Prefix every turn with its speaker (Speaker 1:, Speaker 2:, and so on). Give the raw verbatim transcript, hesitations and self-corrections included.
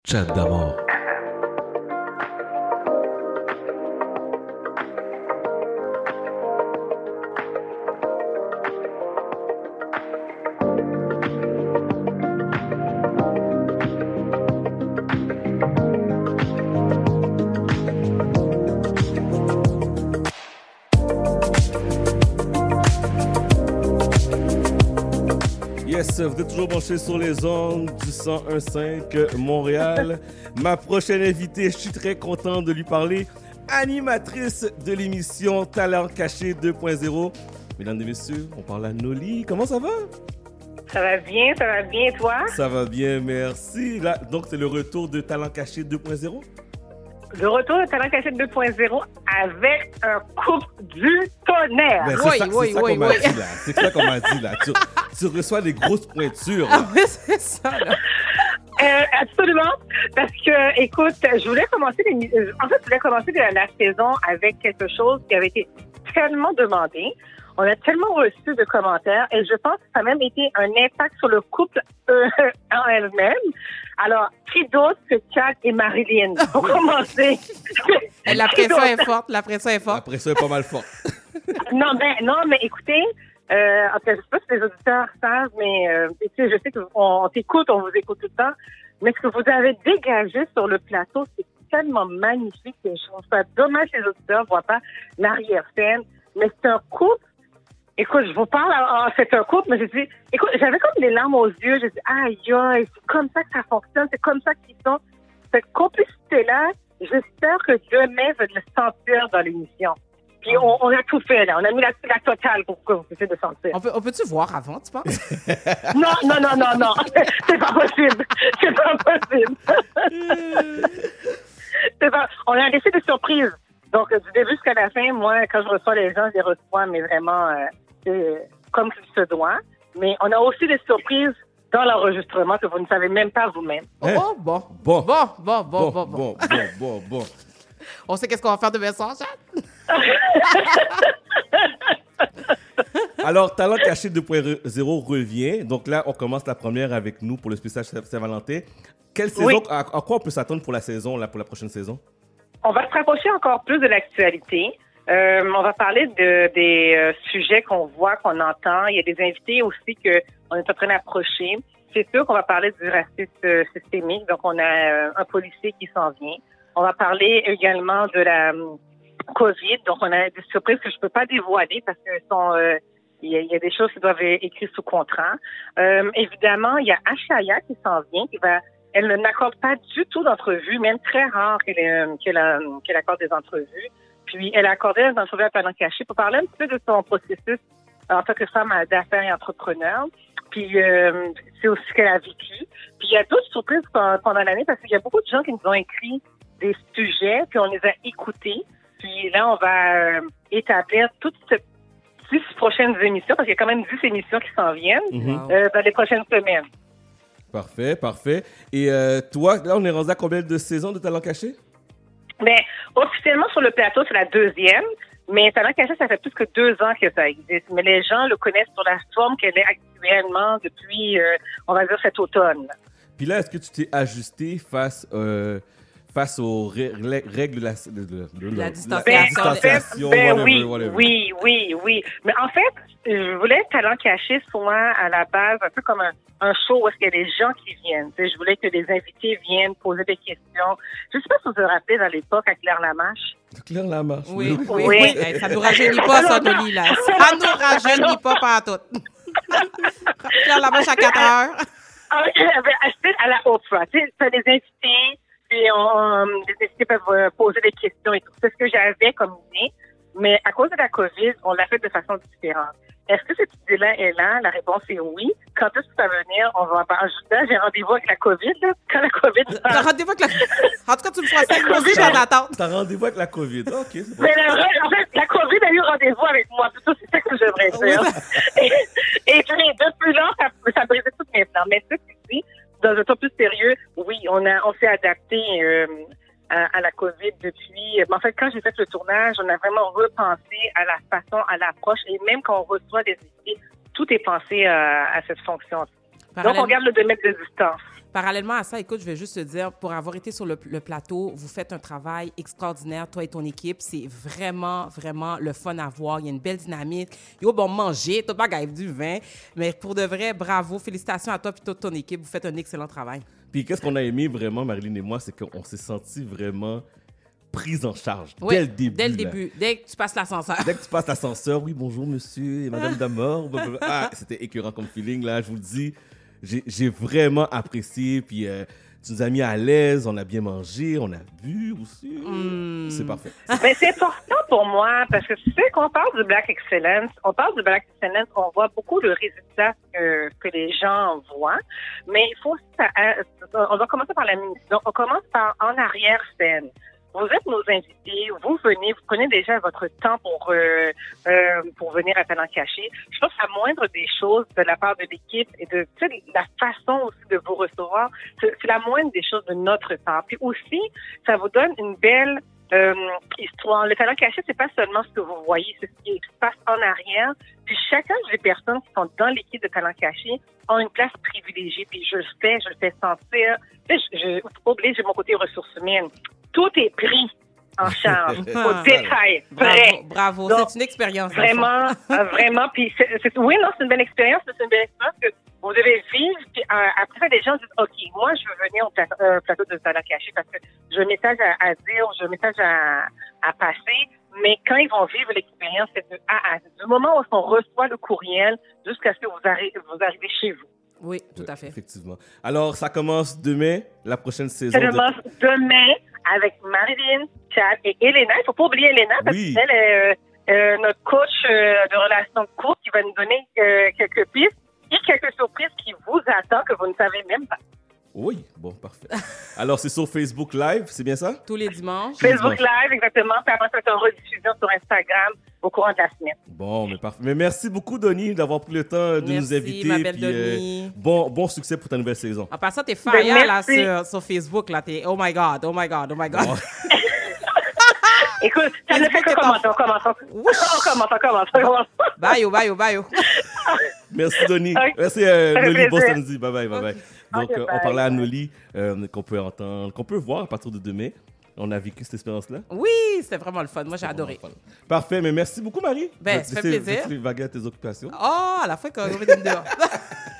Speaker 1: Chat d'amour. Yes, vous êtes toujours branchés sur les ondes du cent un virgule cinq Montréal. Ma prochaine invitée, je suis très content de lui parler, animatrice de l'émission Talent Caché deux point zéro. Mesdames et messieurs, on parle à Noli. Comment ça va?
Speaker 2: Ça va bien, ça va bien, toi?
Speaker 1: Ça va bien, merci. Là, donc, c'est le retour de Talent Caché deux point zéro?
Speaker 2: Le retour de Talent Caché deux point zéro avec un couple du tonnerre.
Speaker 1: Ben, c'est
Speaker 3: oui,
Speaker 1: ça,
Speaker 3: oui,
Speaker 1: c'est ça
Speaker 3: oui,
Speaker 1: qu'on m'a
Speaker 3: oui.
Speaker 1: dit, là. C'est ça qu'on m'a dit, là. Tu, tu reçois des grosses pointures, là.
Speaker 3: Ah oui, c'est ça, là.
Speaker 2: Euh, absolument. Parce que, écoute, je voulais commencer l'émi- en fait, je voulais commencer la, la saison avec quelque chose qui avait été tellement demandé. On a tellement reçu de commentaires et je pense que ça a même été un impact sur le couple euh, en elle-même. Alors, qui d'autre que Chad et Marilyn? Pour commencer.
Speaker 3: Et la
Speaker 2: Qui
Speaker 3: pression
Speaker 2: d'autre?
Speaker 3: est forte, la pression est
Speaker 1: La
Speaker 3: forte.
Speaker 1: pression est pas mal forte.
Speaker 2: Non, ben, non, mais écoutez, euh, en tout cas, je sais pas si les auditeurs savent, mais euh, tu sais, je sais qu'on on t'écoute, on vous écoute tout le temps, mais ce que vous avez dégagé sur le plateau, c'est tellement magnifique que je trouve ça dommage que les auditeurs ne voient pas l'arrière-scène, mais c'est un couple. Écoute, je vous parle, ah, c'est un couple, mais j'ai dit, écoute, j'avais comme les larmes aux yeux, j'ai dit, aïe, aïe, c'est comme ça que ça fonctionne, c'est comme ça qu'ils sont. Cette complicité-là, j'espère que demain va le sentir dans l'émission. Puis on, on a tout fait, là. On a mis la, la totale pour que vous puissiez le sentir.
Speaker 3: On, peut, on peut-tu voir avant, tu penses?
Speaker 2: Non, non, non, non, non. C'est pas possible. C'est pas possible. C'est pas... On a laissé des surprises. Donc, du début jusqu'à la fin, moi, quand je reçois les gens, je les reçois, mais vraiment euh, c'est comme il se doit. Mais on a aussi des surprises dans l'enregistrement que vous ne savez même pas vous-même.
Speaker 1: Hein?
Speaker 3: Oh, bon.
Speaker 1: Bon.
Speaker 3: Bon, bon, bon,
Speaker 1: Bon,
Speaker 3: bon, bon.
Speaker 1: bon, bon, bon, bon.
Speaker 3: On sait qu'est-ce qu'on va faire de Vincent, Chad?
Speaker 1: Alors, Talent Caché deux point zéro revient. Donc là, on commence la première avec nous pour le spécial Saint-Valentin. Quelle saison,
Speaker 2: Oui.
Speaker 1: à, à quoi on peut s'attendre pour la saison, là, pour la prochaine saison?
Speaker 2: On va se rapprocher encore plus de l'actualité. Euh, on va parler de, des euh, sujets qu'on voit, qu'on entend. Il y a des invités aussi qu'on est en train d'approcher. C'est sûr qu'on va parler du racisme euh, systémique. Donc, on a euh, un policier qui s'en vient. On va parler également de la euh, COVID. Donc, on a des surprises que je peux pas dévoiler parce que sont... Euh, il y, a, il y a des choses qui doivent être écrites sous contrat. Euh, évidemment, il y a Ashaya qui s'en vient, qui va... Elle n'accorde pas du tout d'entrevues, même très rare qu'elle, euh, qu'elle, a, qu'elle accorde des entrevues. Puis, elle a accordé des entrevues à Talent Caché pour parler un petit peu de son processus en tant que femme d'affaires et entrepreneur. Puis, euh, c'est aussi ce qu'elle a vécu. Puis, il y a d'autres surprises pendant l'année parce qu'il y a beaucoup de gens qui nous ont écrit des sujets, puis on les a écoutés. Puis là, on va euh, établir toutes ces dix prochaines émissions, parce qu'il y a quand même dix émissions qui s'en viennent
Speaker 1: Mhm.
Speaker 2: euh, dans les prochaines semaines.
Speaker 1: Parfait, parfait. Et euh, toi, là, on est rendu à combien de saisons de Talent Caché?
Speaker 2: Mais officiellement, sur le plateau, c'est la deuxième. Mais Talent Caché, ça fait plus que deux ans que ça existe. Mais les gens le connaissent sur la forme qu'elle est actuellement depuis, euh, on va dire, cet automne.
Speaker 1: Puis là, est-ce que tu t'es ajusté face, euh, face aux ré- ré- règles de la, de, de- de-
Speaker 3: La
Speaker 1: de-
Speaker 3: distanciation.
Speaker 1: la distanciation,
Speaker 2: Ben
Speaker 1: whatever,
Speaker 2: oui,
Speaker 1: whatever.
Speaker 2: oui, oui, oui. Mais en fait, je voulais Talent Caché soit à la base un peu comme un, un show où est-ce qu'il y a des gens qui viennent. Tu sais, je voulais que des invités viennent poser des questions. Je ne sais pas si vous vous rappelez dans l'époque à Claire Lamarche.
Speaker 1: Claire Lamarche.
Speaker 3: Oui, oui,
Speaker 2: Oui.
Speaker 3: oui. Hey, ça nous rajeunit pas, ça, Noli, là. Ça nous rajeunit pas partout. Faire la manche à quatre heures.
Speaker 2: Ah, c'était à la Oprah. Tu sais, t'as des invités, puis on, les invités peuvent euh, poser des questions et tout. C'est ce que j'avais comme idée. Mais à cause de la COVID, on l'a fait de façon différente. Est-ce que cette idée-là est là? La réponse est oui. Quand est-ce que ça va venir? On va pas ajouter. J'ai rendez-vous avec la COVID, là. Quand la COVID
Speaker 3: T'as rendez-vous avec la... En tout cas, tu me feras cinq minutes en attente.
Speaker 1: T'as rendez-vous avec la COVID. OK, c'est bon.
Speaker 2: Mais la, en fait, la COVID a eu rendez-vous avec moi. Plutôt, c'est ça que j'aimerais dire. et, et puis, depuis là, ça, ça brisait toutes mes plans. Mais ceci dit, dans un ton plus sérieux, oui, on a, on s'est adapté euh, à, à la COVID depuis. Mais en fait, quand j'ai fait le tournage, on a vraiment repensé à la façon, à l'approche. Et même quand on reçoit des idées, tout est pensé à, à cette fonction. Donc, on garde le deux mètres de distance.
Speaker 3: Parallèlement à ça, écoute, je vais juste te dire, pour avoir été sur le, le plateau, vous faites un travail extraordinaire, toi et ton équipe. C'est vraiment, vraiment le fun à voir. Il y a une belle dynamique. Yo, bon, manger, t'as pas gagné du vin. Mais pour de vrai, bravo, félicitations à toi et toute ton équipe. Vous faites un excellent travail.
Speaker 1: Puis qu'est-ce qu'on a aimé vraiment, Marilyn et moi, c'est qu'on s'est sentis vraiment prise en charge
Speaker 3: Oui,
Speaker 1: dès le début.
Speaker 3: Dès le
Speaker 1: là.
Speaker 3: début, dès que tu passes l'ascenseur.
Speaker 1: Dès que tu passes l'ascenseur, oui, bonjour monsieur et madame Damor. Ah, c'était écœurant comme feeling, là, je vous le dis. J'ai, j'ai vraiment apprécié, puis euh, tu nous as mis à l'aise, on a bien mangé, on a bu aussi. Mm. C'est parfait.
Speaker 2: Mais c'est important pour moi, parce que tu sais, quand on parle du Black Excellence, on parle du Black Excellence, on voit beaucoup de résultats que, que les gens voient, mais il faut, on va commencer par la mission. On commence par en arrière-scène. Vous êtes nos invités, vous venez, vous prenez déjà votre temps pour euh, euh, pour venir à Talent Caché. Je pense que la moindre des choses de la part de l'équipe et de tu sais, la façon aussi de vous recevoir, c'est, c'est la moindre des choses de notre part. Puis aussi, ça vous donne une belle euh, histoire. Le Talent Caché, c'est pas seulement ce que vous voyez, c'est ce qui se passe en arrière. Puis chacun des personnes qui sont dans l'équipe de Talent Caché ont une place privilégiée. Puis je le fais, je le fais sentir. Je, je, oblige de mon côté ressources humaines. Tout est pris en charge, au détail, prêt.
Speaker 3: Bravo, bravo.
Speaker 2: Donc,
Speaker 3: c'est une expérience.
Speaker 2: Vraiment, euh, vraiment. Puis c'est, c'est, oui, non, c'est une belle expérience, c'est une belle expérience que vous devez vivre. Puis euh, après, les gens disent, OK, moi, je veux venir au plateau, euh, plateau de Talent Caché parce que j'ai un message à, à dire, j'ai un message à, à passer. Mais quand ils vont vivre l'expérience, c'est de A à Z. Du moment où on reçoit le courriel jusqu'à ce que vous arrivez, vous arrivez chez vous.
Speaker 3: Oui, tout à fait.
Speaker 1: Effectivement. Alors, ça commence demain, la prochaine saison.
Speaker 2: Ça commence de... demain avec Marilyn, Chad et Elena. Il ne faut pas oublier Elena parce
Speaker 1: oui.
Speaker 2: qu'elle est euh, euh, notre coach euh, de relations de couple qui va nous donner euh, quelques pistes et quelques surprises qui vous attendent que vous ne savez même pas.
Speaker 1: Oui, bon, parfait. Alors, c'est sur Facebook Live, c'est bien ça?
Speaker 3: Tous les dimanches.
Speaker 2: Facebook Live, exactement. Puis après, ça va être en rediffusion sur Instagram au courant de la semaine.
Speaker 1: Bon, mais parfait. Mais merci beaucoup, Donnie, d'avoir pris le temps de
Speaker 3: merci,
Speaker 1: nous inviter.
Speaker 3: Ma belle
Speaker 1: puis,
Speaker 3: Donnie.
Speaker 1: Euh, bon, bon succès pour ta nouvelle saison.
Speaker 3: En passant, t'es fire ben, là sur, sur Facebook. Là, t'es oh my God, oh my God, oh my God. Bon.
Speaker 2: Écoute, ça ne fait que commencer. On commence. On commence, on commence, on commence.
Speaker 3: Bye, bye, bye.
Speaker 1: Merci, Donnie. Okay. Merci, euh, Noli. Bon samedi. Bye, bye, bye, bye. Donc, okay, euh, bye. On parlait à Noli, euh, qu'on peut entendre, qu'on peut voir à partir de demain. On a vécu cette expérience-là.
Speaker 3: Oui, c'était vraiment le fun. Moi, j'ai adoré.
Speaker 1: Parfait, mais merci beaucoup, Marie.
Speaker 3: Ben, ça fait plaisir.
Speaker 1: Tu vaguer à tes occupations.
Speaker 3: Oh, à la fin, quand on est dehors.